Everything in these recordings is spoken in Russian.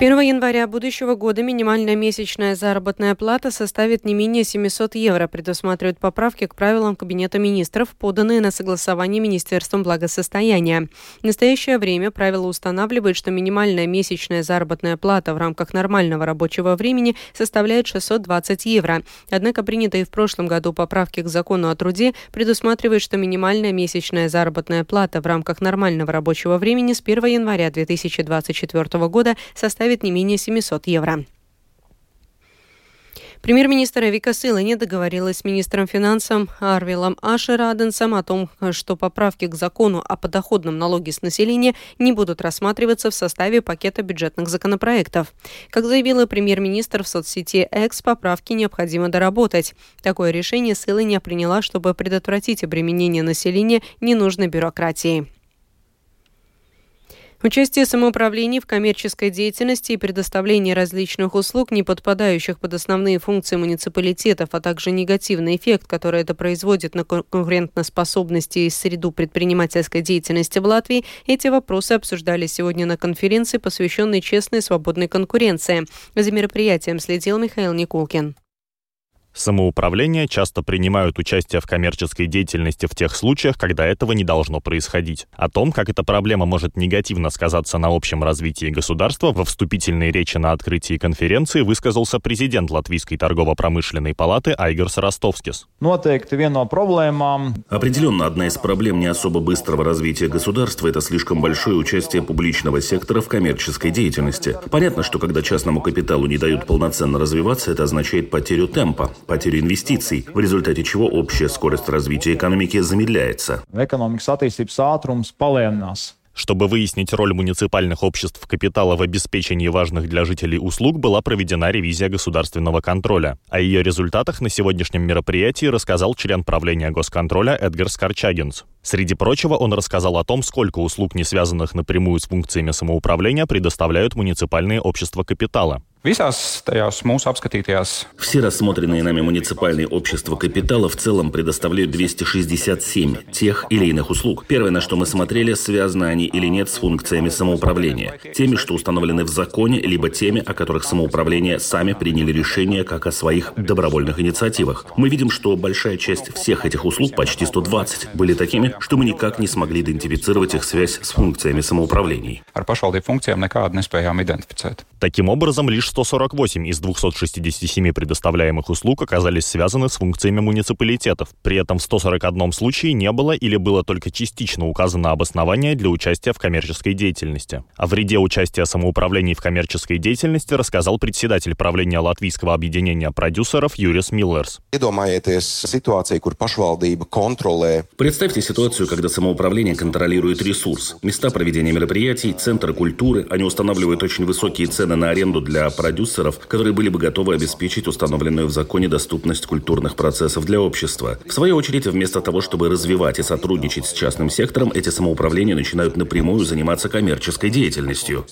1 января будущего года минимальная месячная заработная плата составит не менее 700 евро, предусматривают поправки к правилам Кабинета министров, поданные на согласование Министерством благосостояния. В настоящее время правило устанавливает, что минимальная месячная заработная плата в рамках нормального рабочего времени составляет 620 евро. Однако принятые в прошлом году поправки к закону о труде предусматривают, что минимальная месячная заработная плата в рамках нормального рабочего времени с 1 января 2024 года составит не менее 700 евро. Премьер-министр Вика Силани договорилась с министром финансов Арвилом Ашераденсом о том, что поправки к закону о подоходном налоге с населения не будут рассматриваться в составе пакета бюджетных законопроектов. Как заявила премьер-министр в соцсети X, поправки необходимо доработать. Такое решение Силани приняла, чтобы предотвратить обременение населения ненужной бюрократией. Участие самоуправлений в коммерческой деятельности и предоставление различных услуг, не подпадающих под основные функции муниципалитетов, а также негативный эффект, который это производит на конкурентоспособность и среду предпринимательской деятельности в Латвии, эти вопросы обсуждались сегодня на конференции, посвященной честной и свободной конкуренции. За мероприятием следил Михаил Никулкин. Самоуправления часто принимают участие в коммерческой деятельности в тех случаях, когда этого не должно происходить. О том, как эта проблема может негативно сказаться на общем развитии государства, во вступительной речи на открытии конференции высказался президент Латвийской торгово-промышленной палаты Айгорс Ростовскис. Определенно, одна из проблем не особо быстрого развития государства – это слишком большое участие публичного сектора в коммерческой деятельности. Понятно, что когда частному капиталу не дают полноценно развиваться, это означает потерю темпа, потерю инвестиций, в результате чего общая скорость развития экономики замедляется. Чтобы выяснить роль муниципальных обществ капитала в обеспечении важных для жителей услуг, была проведена ревизия государственного контроля. О ее результатах на сегодняшнем мероприятии рассказал член правления госконтроля Эдгарс Карчагинс. Среди прочего, он рассказал о том, сколько услуг, не связанных напрямую с функциями самоуправления, предоставляют муниципальные общества капитала. Все рассмотренные нами муниципальные общества капитала в целом предоставляют 267 тех или иных услуг. Первое, на что мы смотрели, связаны они или нет с функциями самоуправления. Теми, что установлены в законе, либо теми, о которых самоуправление сами приняли решение как о своих добровольных инициативах. Мы видим, что большая часть всех этих услуг, почти 120, были такими, что мы никак не смогли идентифицировать их связь с функциями самоуправлений. Таким образом, лишь 148 из 267 предоставляемых услуг оказались связаны с функциями муниципалитетов. При этом в 141 случае не было или было только частично указано обоснование для участия в коммерческой деятельности. О вреде участия самоуправлений в коммерческой деятельности рассказал председатель правления Латвийского объединения продюсеров Юрис Миллерс. Представьте ситуацию, когда самоуправление контролирует ресурс. Места проведения мероприятий, центры культуры. Они устанавливают очень высокие цены на аренду для продюсеров, которые были бы готовы обеспечить установленную в законе доступность культурных процессов для общества. В свою очередь, вместо того, чтобы развивать и сотрудничать с частным сектором, эти самоуправления начинают напрямую заниматься коммерческой деятельностью.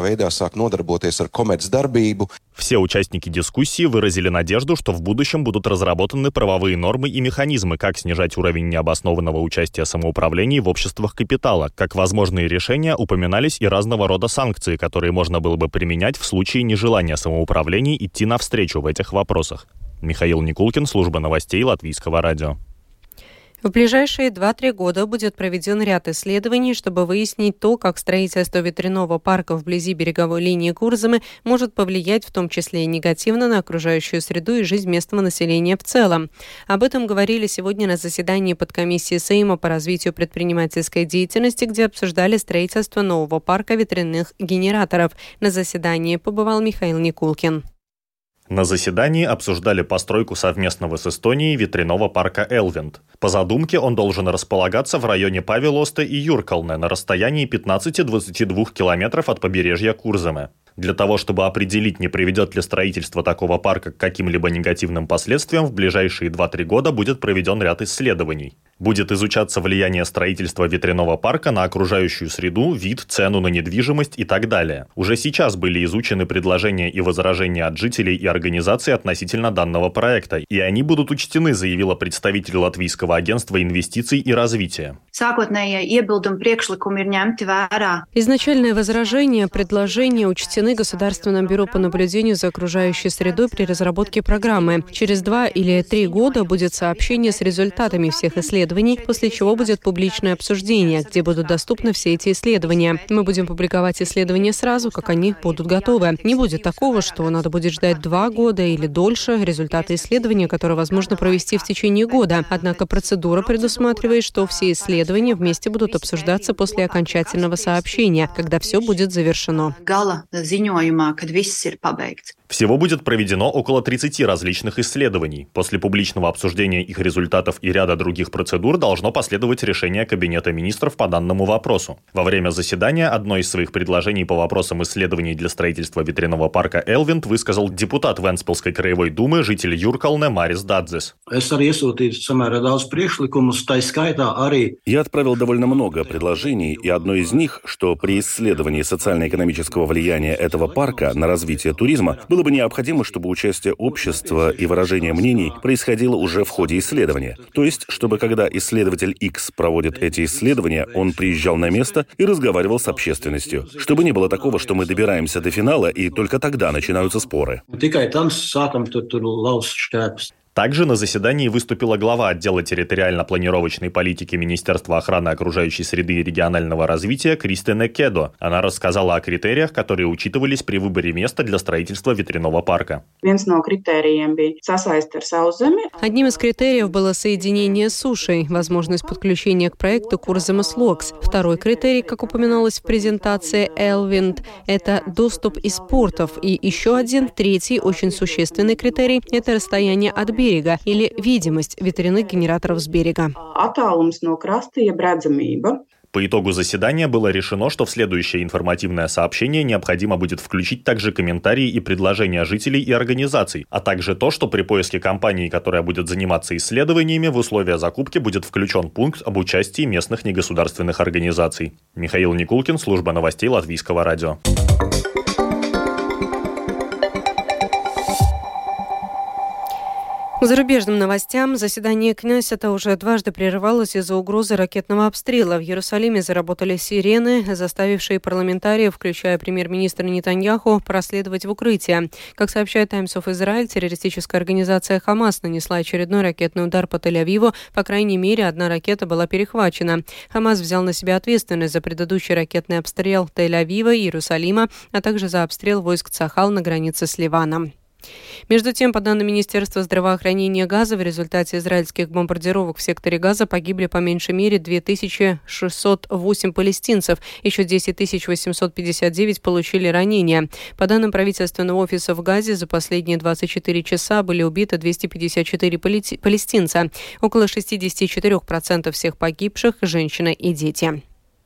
Все участники дискуссии выразили надежду, что в будущем будут разработаны правовые нормы и механизмы, как снижать уровень необоснованного участия самоуправлений в обществах капитала. Как возможные решения упоминались и разного рода санкции, которые можно было бы применять в случае нежелания самоуправлений идти навстречу в этих вопросах. Михаил Никулкин, служба новостей Латвийского радио. В ближайшие 2-3 года будет проведен ряд исследований, чтобы выяснить то, как строительство ветряного парка вблизи береговой линии Курзамы может повлиять в том числе и негативно на окружающую среду и жизнь местного населения в целом. Об этом говорили сегодня на заседании подкомиссии Сейма по развитию предпринимательской деятельности, где обсуждали строительство нового парка ветряных генераторов. На заседании побывал Михаил Никулкин. На заседании обсуждали постройку совместного с Эстонией ветряного парка Элвинд. По задумке он должен располагаться в районе Павелоста и Юркалне на расстоянии 15-22 километров от побережья Курзамы. Для того, чтобы определить, не приведет ли строительство такого парка к каким-либо негативным последствиям, в ближайшие 2-3 года будет проведен ряд исследований. Будет изучаться влияние строительства ветряного парка на окружающую среду, вид, цену на недвижимость и так далее. Уже сейчас были изучены предложения и возражения от жителей и организаций относительно данного проекта, и они будут учтены, заявила представитель Латвийского агентства инвестиций и развития. Изначальное возражение, предложения учтены Государственным бюро по наблюдению за окружающей средой при разработке программы. Через 2 или 3 года будет сообщение с результатами всех исследований, после чего будет публичное обсуждение, где будут доступны все эти исследования. Мы будем публиковать исследования сразу, как они будут готовы. Не будет такого, что надо будет ждать 2 года или дольше результаты исследования, которые возможно провести в течение года. Однако процедура предусматривает, что все исследования вместе будут обсуждаться после окончательного сообщения, когда все будет завершено. Всего будет проведено около 30 различных исследований. После публичного обсуждения их результатов и ряда других процедур должно последовать решение Кабинета министров по данному вопросу. Во время заседания одно из своих предложений по вопросам исследований для строительства ветряного парка Элвинд высказал депутат Вентспилской краевой думы, житель Юркалне Марис Дадзис. Я отправил довольно много предложений, и одно из них, что при исследовании социально-экономического влияния этого парка на развитие туризма было бы необходимо, чтобы участие общества и выражение мнений происходило уже в ходе исследования. То есть, чтобы когда исследователь X проводит эти исследования, он приезжал на место и разговаривал с общественностью. Чтобы не было такого, что мы добираемся до финала, и только тогда начинаются споры. Также на заседании выступила глава отдела территориально-планировочной политики Министерства охраны окружающей среды и регионального развития Кристина Кедо. Она рассказала о критериях, которые учитывались при выборе места для строительства ветряного парка. Одним из критериев было соединение с сушей, возможность подключения к проекту Курземес Локс. Второй критерий, как упоминалось в презентации Элвинд, это доступ из портов. И еще один, третий, очень существенный критерий – это расстояние от берега или видимость ветряных генераторов с берега. По итогу заседания было решено, что в следующее информативное сообщение необходимо будет включить также комментарии и предложения жителей и организаций, а также то, что при поиске компании, которая будет заниматься исследованиями, в условия закупки будет включен пункт об участии местных негосударственных организаций. Михаил Никулкин, служба новостей Латвийского радио. К зарубежным новостям. Заседание Кнессета уже дважды прерывалось из-за угрозы ракетного обстрела. В Иерусалиме заработали сирены, заставившие парламентариев, включая премьер-министра Нетаньяху, проследовать в укрытие. Как сообщает Times of Israel, террористическая организация «Хамас» нанесла очередной ракетный удар по Тель-Авиву. По крайней мере, одна ракета была перехвачена. «Хамас» взял на себя ответственность за предыдущий ракетный обстрел Тель-Авива и Иерусалима, а также за обстрел войск Цахал на границе с Ливаном. Между тем, по данным Министерства здравоохранения Газа, в результате израильских бомбардировок в секторе Газа погибли по меньшей мере 2608 палестинцев, еще 10 859 получили ранения. По данным правительственного офиса в Газе, за последние 24 часа были убиты 254 палестинца. Около 64% всех погибших – женщины и дети.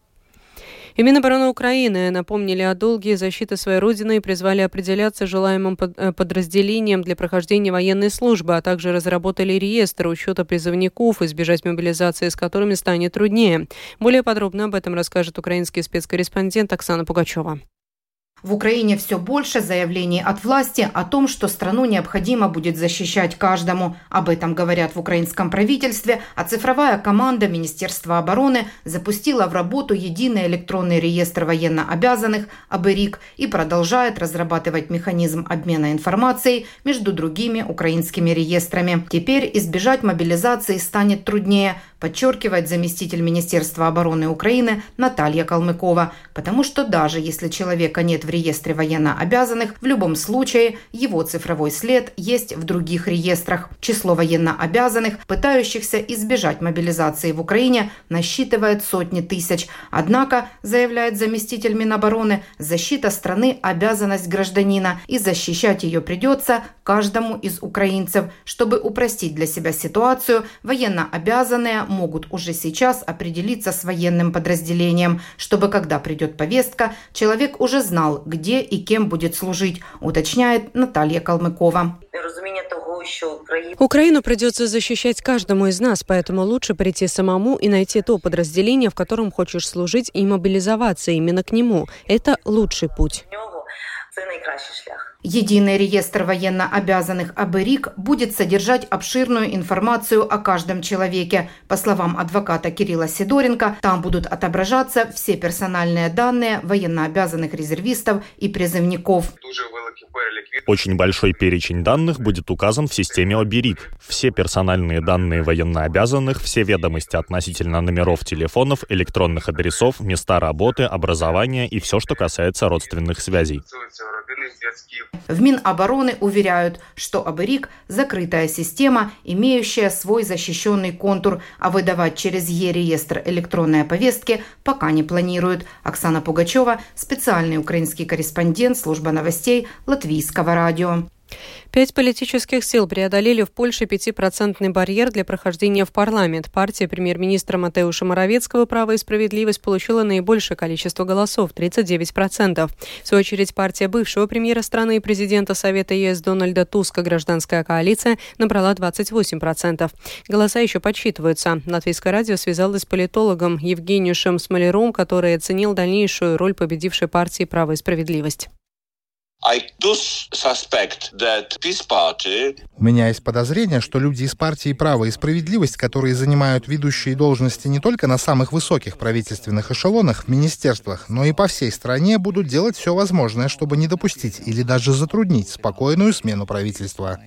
И Минобороны Украины напомнили о долге защиты своей родины и призвали определяться желаемым подразделением для прохождения военной службы, а также разработали реестр учета призывников, избежать мобилизации с которыми станет труднее. Более подробно об этом расскажет украинский спецкорреспондент Оксана Пугачева. В Украине все больше заявлений от власти о том, что страну необходимо будет защищать каждому. Об этом говорят в украинском правительстве, а цифровая команда Министерства обороны запустила в работу единый электронный реестр военнообязанных АБЭРИК и продолжает разрабатывать механизм обмена информацией между другими украинскими реестрами. Теперь избежать мобилизации станет труднее, подчеркивает заместитель Министерства обороны Украины Наталья Калмыкова, потому что даже если человека нет в реестре военнообязанных, в любом случае его цифровой след есть в других реестрах. Число военнообязанных, пытающихся избежать мобилизации в Украине, насчитывает сотни тысяч. Однако, заявляет заместитель Минобороны, защита страны – обязанность гражданина, и защищать ее придется каждому из украинцев. Чтобы упростить для себя ситуацию, военнообязанные могут уже сейчас определиться с военным подразделением, чтобы, когда придет повестка, человек уже знал, где и кем будет служить, уточняет Наталья Калмыкова. Украину придется защищать каждому из нас, поэтому лучше прийти самому и найти то подразделение, в котором хочешь служить, и мобилизоваться именно к нему. Это лучший путь. Единый реестр военнообязанных АБЭРИК будет содержать обширную информацию о каждом человеке. По словам адвоката Кирилла Сидоренко, там будут отображаться все персональные данные военнообязанных резервистов и призывников. Очень большой перечень данных будет указан в системе АБЭРИК. Все персональные данные военнообязанных, все ведомости относительно номеров телефонов, электронных адресов, места работы, образования и все, что касается родственных связей. В Минобороны уверяют, что АБЭРИК – закрытая система, имеющая свой защищенный контур, а выдавать через Е-реестр электронные повестки пока не планируют. Оксана Пугачева, специальный украинский корреспондент, служба новостей Латвийского радио. 5 политических сил преодолели в Польше 5% барьер для прохождения в парламент. Партия премьер-министра Матеуша Моровецкого «Право и справедливость» получила наибольшее количество голосов – 39%. В свою очередь, партия бывшего премьера страны и президента Совета ЕС Дональда Туска «Гражданская коалиция» набрала 28%. Голоса еще подсчитываются. Латвийское радио связалось с политологом Евгением Смоляром, который оценил дальнейшую роль победившей партии «Право и справедливость». У меня есть подозрение, что люди из партии «Право и справедливость», которые занимают ведущие должности не только на самых высоких правительственных эшелонах в министерствах, но и по всей стране, будут делать все возможное, чтобы не допустить или даже затруднить спокойную смену правительства.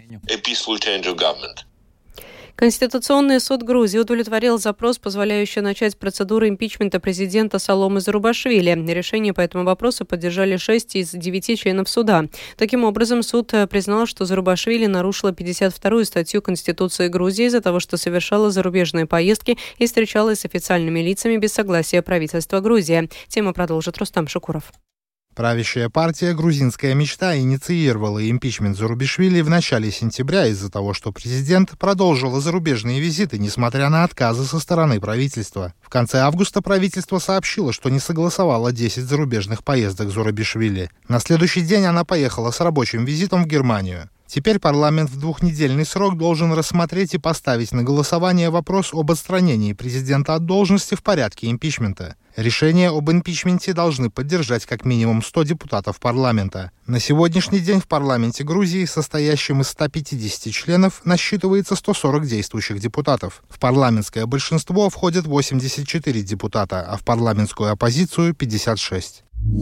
Конституционный суд Грузии удовлетворил запрос, позволяющий начать процедуру импичмента президента Саломы Зурабашвили. Решение по этому вопросу поддержали 6 из 9 членов суда. Таким образом, суд признал, что Зурабашвили нарушила 52-ю статью Конституции Грузии из-за того, что совершала зарубежные поездки и встречалась с официальными лицами без согласия правительства Грузии. Тему продолжит Рустам Шукуров. Правящая партия «Грузинская мечта» инициировала импичмент Зурабишвили в начале сентября из-за того, что президент продолжил зарубежные визиты, несмотря на отказы со стороны правительства. В конце августа правительство сообщило, что не согласовало 10 зарубежных поездок Зурабишвили. На следующий день она поехала с рабочим визитом в Германию. Теперь парламент в 2-недельный срок должен рассмотреть и поставить на голосование вопрос об отстранении президента от должности в порядке импичмента. Решение об импичменте должны поддержать как минимум 100 депутатов парламента. На сегодняшний день в парламенте Грузии, состоящем из 150 членов, насчитывается 140 действующих депутатов. В парламентское большинство входят 84 депутата, а в парламентскую оппозицию – 56.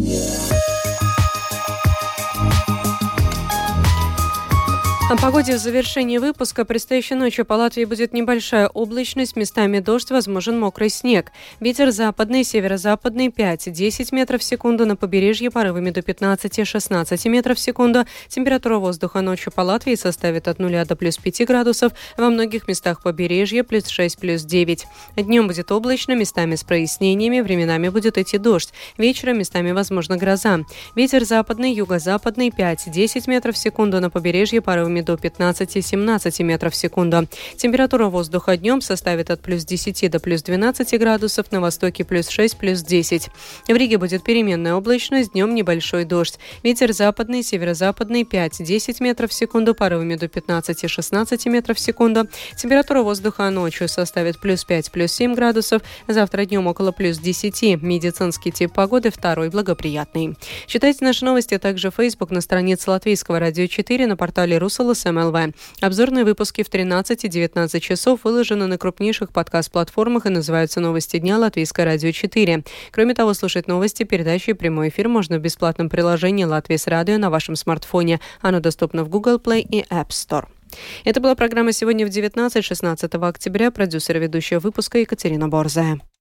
О погоде в завершении выпуска. Предстоящей ночью по Латвии будет небольшая облачность, местами дождь, возможен мокрый снег. Ветер западный, северо-западный 5-10 метров в секунду, на побережье порывами до 15-16 метров в секунду. Температура воздуха ночью по Латвии составит от 0 до плюс 5 градусов, во многих местах побережья плюс 6, плюс 9. Днем будет облачно, местами с прояснениями, временами будет идти дождь. Вечером местами возможна гроза. Ветер западный, юго-западный 5-10 метров в секунду, на побережье порывами до 15-17 метров в секунду. Температура воздуха днем составит от плюс 10 до плюс 12 градусов, на востоке плюс 6, плюс 10. В Риге будет переменная облачность, днем небольшой дождь. Ветер западный, северо-западный 5-10 метров в секунду, порывами до 15-16 метров в секунду. Температура воздуха ночью составит плюс 5, плюс 7 градусов. Завтра днем около плюс 10. Медицинский тип погоды второй благоприятный. Читайте наши новости, а также в Facebook на странице Латвийского радио 4, на портале Русал СМЛВ. Обзорные выпуски в 13 и 19 часов выложены на крупнейших подкаст-платформах и называются «Новости дня» Латвийское радио 4. Кроме того, слушать новости, передачи и прямой эфир можно в бесплатном приложении «Латвийс радио» на вашем смартфоне. Оно доступно в Google Play и App Store. Это была программа «Сегодня в 19-16 октября». Продюсер и ведущая выпуска Екатерина Борзая.